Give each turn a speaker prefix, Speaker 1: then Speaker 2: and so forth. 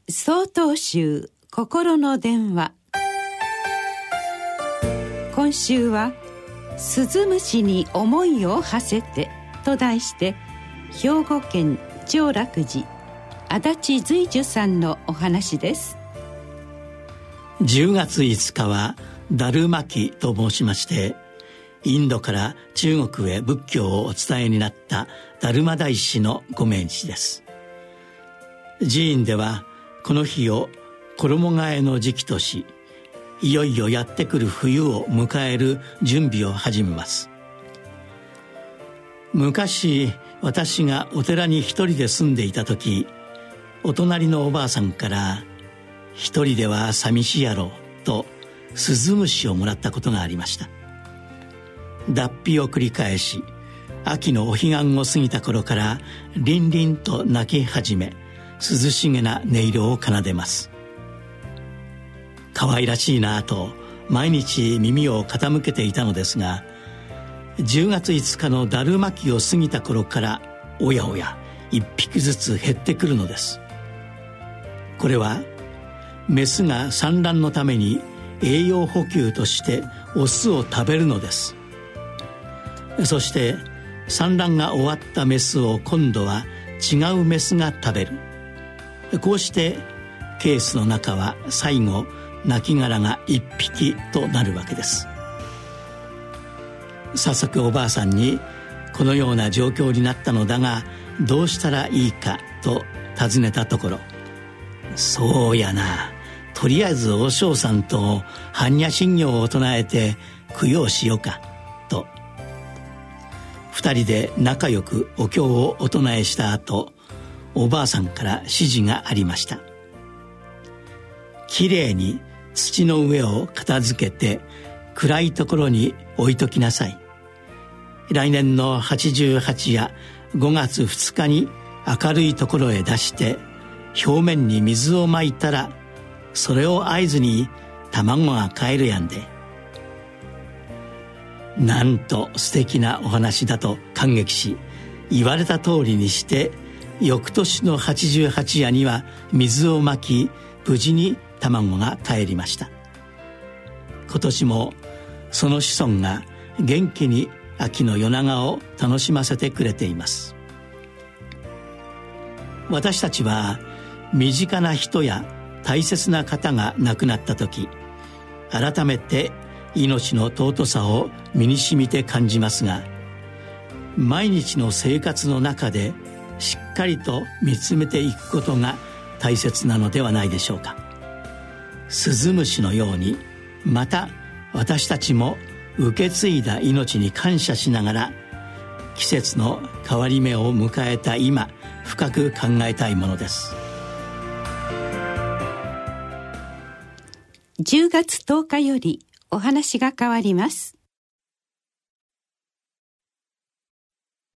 Speaker 1: 曹洞宗心の電話。今週は鈴虫に思いを馳せてと題して、兵庫県長楽寺足立随樹さんのお話です。
Speaker 2: 10月5日はダルマ期と申しまして、インドから中国へ仏教をお伝えになったダルマ大師のご命日です。寺院ではこの日を衣替えの時期とし、いよいよやってくる冬を迎える準備を始めます。昔、私がお寺に一人で住んでいた時、お隣のおばあさんから一人では寂しいやろと鈴虫をもらったことがありました。脱皮を繰り返し、秋のお彼岸を過ぎた頃からリンリンと鳴き始め、涼しげな音色を奏でます。可愛らしいなぁと毎日耳を傾けていたのですが、10月5日のダルマ期を過ぎた頃からおやおや一匹ずつ減ってくるのです。これはメスが産卵のために栄養補給としてオスを食べるのです。そして産卵が終わったメスを今度は違うメスが食べる。こうしてケースの中は最後亡骸が一匹となるわけです。早速おばあさんにこのような状況になったのだがどうしたらいいかと尋ねたところ、そうやな、とりあえず和尚さんと般若心経を唱えて供養しようかと。二人で仲良くお経をお唱えした後、おばあさんから指示がありました。きれいに土の上を片付けて暗いところに置いときなさい。来年の88や5月2日に明るいところへ出して表面に水をまいたら、それを合図に卵がかえるやんで。なんと素敵なお話だと感激し、言われた通りにして翌年の88夜には水をまき、無事に卵がかえりました。今年もその子孫が元気に秋の夜長を楽しませてくれています。私たちは身近な人や大切な方が亡くなった時、改めて命の尊さを身に染みて感じますが、毎日の生活の中でしっかりと見つめていくことが大切なのではないでしょうか。鈴虫のように、また私たちも受け継いだ命に感謝しながら、季節の変わり目を迎えた今、深く考えたいものです。
Speaker 1: 10月10日よりお話が変わります。